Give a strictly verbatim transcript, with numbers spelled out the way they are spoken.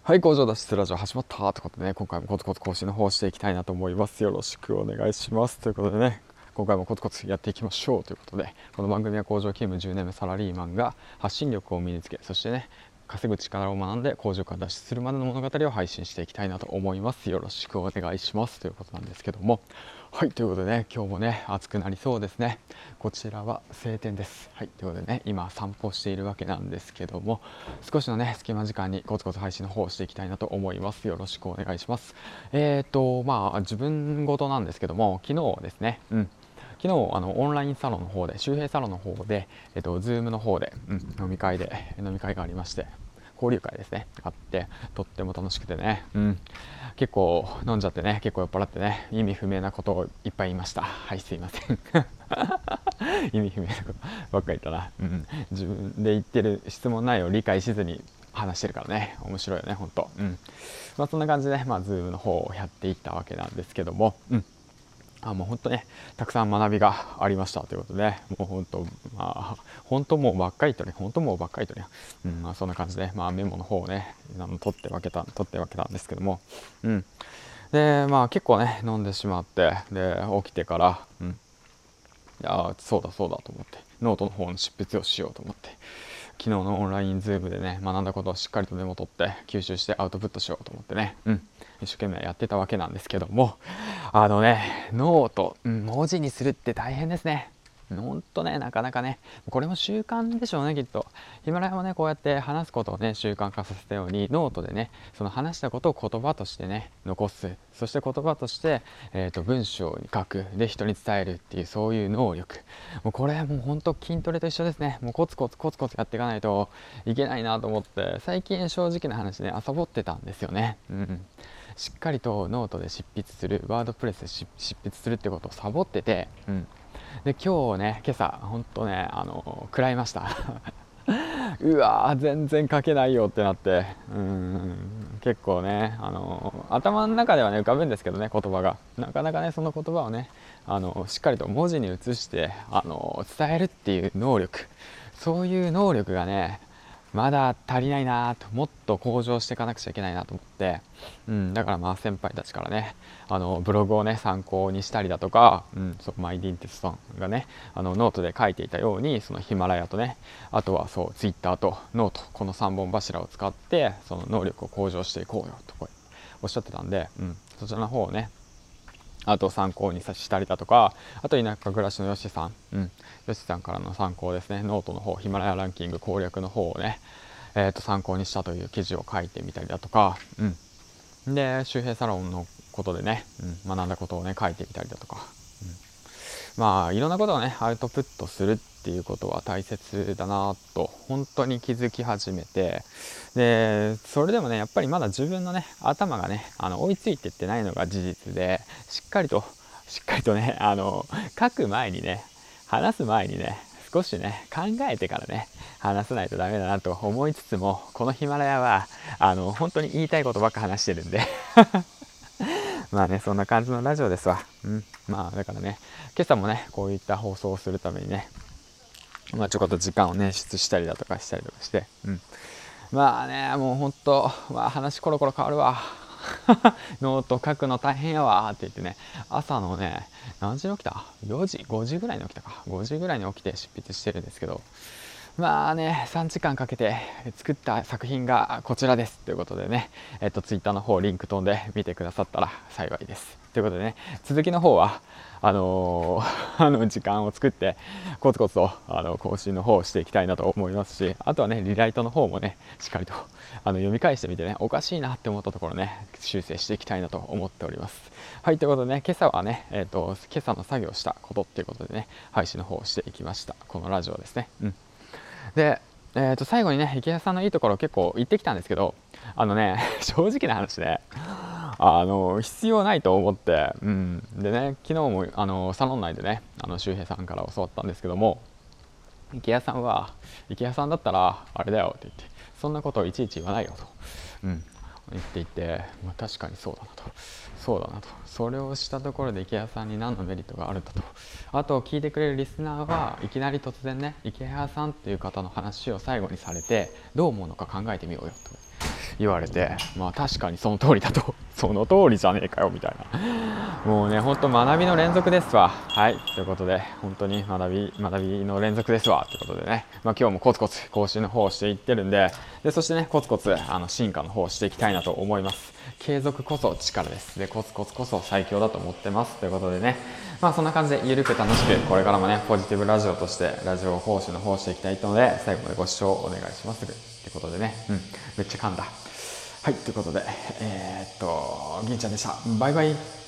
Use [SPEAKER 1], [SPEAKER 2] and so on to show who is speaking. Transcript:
[SPEAKER 1] はい、工場脱出ラジオ始まったということでね、今回もコツコツ更新の方をしていきたいなと思います。よろしくお願いします。ということでね、今回もコツコツやっていきましょうということで、この番組は工場勤務じゅうねんめサラリーマンが発信力を身につけ、そしてね、稼ぐ力を学んで工場から脱出するまでの物語を配信していきたいなと思います。よろしくお願いしますということなんですけども、はい、ということでね、今日もね、暑くなりそうですね。こちらは晴天です。はい、ということでね、今散歩しているわけなんですけども、少しのね、隙間時間にコツコツ配信の方をしていきたいなと思います。よろしくお願いします。えっ、ー、と、まあ、自分事なんですけども、昨日ですね、うん、昨日あのオンラインサロンの方で、周平サロンの方で、えっと、ズームの方で、うん、飲み会で、飲み会がありまして、交流会ですね、あって、とっても楽しくてね、うん、結構飲んじゃってね、結構酔っ払ってね、意味不明なことをいっぱい言いました。はい、すいません。意味不明なことばっかり言ったな、うん、自分で言ってる質問内容を理解しずに話してるからね、面白いよね、ほんと。うん。まあそんな感じでね、まあ、ズームの方をやっていったわけなんですけども、うん。あもう本当ね、たくさん学びがありましたということで、もう本当、まあ、本当もうばっかりとね、本当もうばっかりとね、うん、まあそんな感じで、まあメモの方をね、あの取って分けた、取って分けたんですけども、うん。で、まあ結構ね、飲んでしまって、で、起きてから、うん。いやそうだそうだと思って、ノートの方の執筆をしようと思って、昨日のオンラインズームでね、学んだことをしっかりとメモ取って吸収してアウトプットしようと思ってね、うん、一生懸命やってたわけなんですけども、あのね、ノート、うん、文字にするって大変ですね。ほんとね、なかなかね、これも習慣でしょうね、きっと。ヒマラヤもね、こうやって話すことをね、習慣化させたように、ノートでね、その話したことを言葉としてね、残す。そして言葉として、えーと、文章に書く。で、人に伝えるっていう、そういう能力。もうこれ、もうほんと筋トレと一緒ですね。もうコツコツコツコツやっていかないといけないなと思って、最近正直な話ね、遊ぼってたんですよね。うん。しっかりとノートで執筆する、ワードプレスで執筆するってことをサボってて、うん。で今日ね、今朝ほんとね、あの食らいましたうわー全然書けないよってなって、うーん結構ね、あの頭の中ではね浮かぶんですけどね、言葉がなかなかね、その言葉をね、あのしっかりと文字に移してあの伝えるっていう能力、そういう能力がね、まだ足りないなと、もっと向上していかなくちゃいけないなと思って、うん、だからまあ先輩たちからね、あのブログをね参考にしたりだとか、うん、そうマイディンテスさんがね、あのノートで書いていたように、そのヒマラヤとね、あとはそうツイッターとノート、このさんぼん柱を使ってその能力を向上していこうよとこうおっしゃってたんで、うん、そちらの方をね、あと参考にしたりだとか、あと田舎暮らしのよしさん、うん、よしさんからの参考ですね、ノートの方、ヒマラヤランキング攻略の方をね、えー、と参考にしたという記事を書いてみたりだとか、うん、で周平サロンのことでね、うん、学んだことをね書いてみたりだとか、うん、まあいろんなことをねアウトプットするっていうことは大切だなと本当に気づき始めて、でそれでもねやっぱりまだ自分のね頭がねあの追いついてってないのが事実で、しっかりとしっかりとねあの書く前にね、話す前にね、少しね考えてからね話さないとダメだなと思いつつも、このヒマラヤはあの本当に言いたいことばっか話してるんでまあね、そんな感じのラジオですわ。うん。まあだからね、今朝もねこういった放送をするためにね、まあちょこっと時間を捻出したりだとかしたりとかして、うん。まあね、もうほんと、まあ話コロコロ変わるわノート書くの大変やわって言ってね、朝のね、何時に起きた ?よ 時 ?ご 時ぐらいに起きたか。ごじぐらいに起きて執筆してるんですけど、まあね、さんじかんかけて作った作品がこちらですということでね、えっと、ツイッターの方リンク飛んで見てくださったら幸いです。ということでね、続きの方は、あのー、あの時間を作ってコツコツとあの更新の方をしていきたいなと思いますし、あとはね、リライトの方もね、しっかりとあの読み返してみてね、おかしいなって思ったところね、修正していきたいなと思っております。はい、ということでね、今朝はね、えっと、今朝の作業したことっていうことでね、配信の方をしていきました。このラジオですね。うん。で、えー、と最後にね、池谷さんのいいところ結構言ってきたんですけど、あのね正直な話で、あの必要ないと思って、うん、でね、昨日もあのサロン内でね、あの周平さんから教わったんですけども、池谷さんは池谷さんだったらあれだよって言って、そんなことをいちいち言わないよと、うん、言っていて、まあ、確かにそうだなと、そうだなと、それをしたところで池谷さんに何のメリットがあるんだと、あと聞いてくれるリスナーはいきなり突然ね、池谷さんっていう方の話を最後にされてどう思うのか考えてみようよと、 言われて、まあ確かにその通りだとその通りじゃねえかよみたいな、もうねほんと学びの連続ですわ。はいということで本当に学び学びの連続ですわということでね、まあ、今日もコツコツ更新の方をしていってるんで、でそしてねコツコツあの進化の方をしていきたいなと思います。継続こそ力です。でコツコツこそ最強だと思ってますということでね、まあそんな感じでゆるく楽しくこれからもねポジティブラジオとしてラジオ講師の方をしていきたいので、最後までご視聴お願いしますということでね、うんめっちゃ噛んだ。はいということでえー、っと銀ちゃんでした。バイバイ。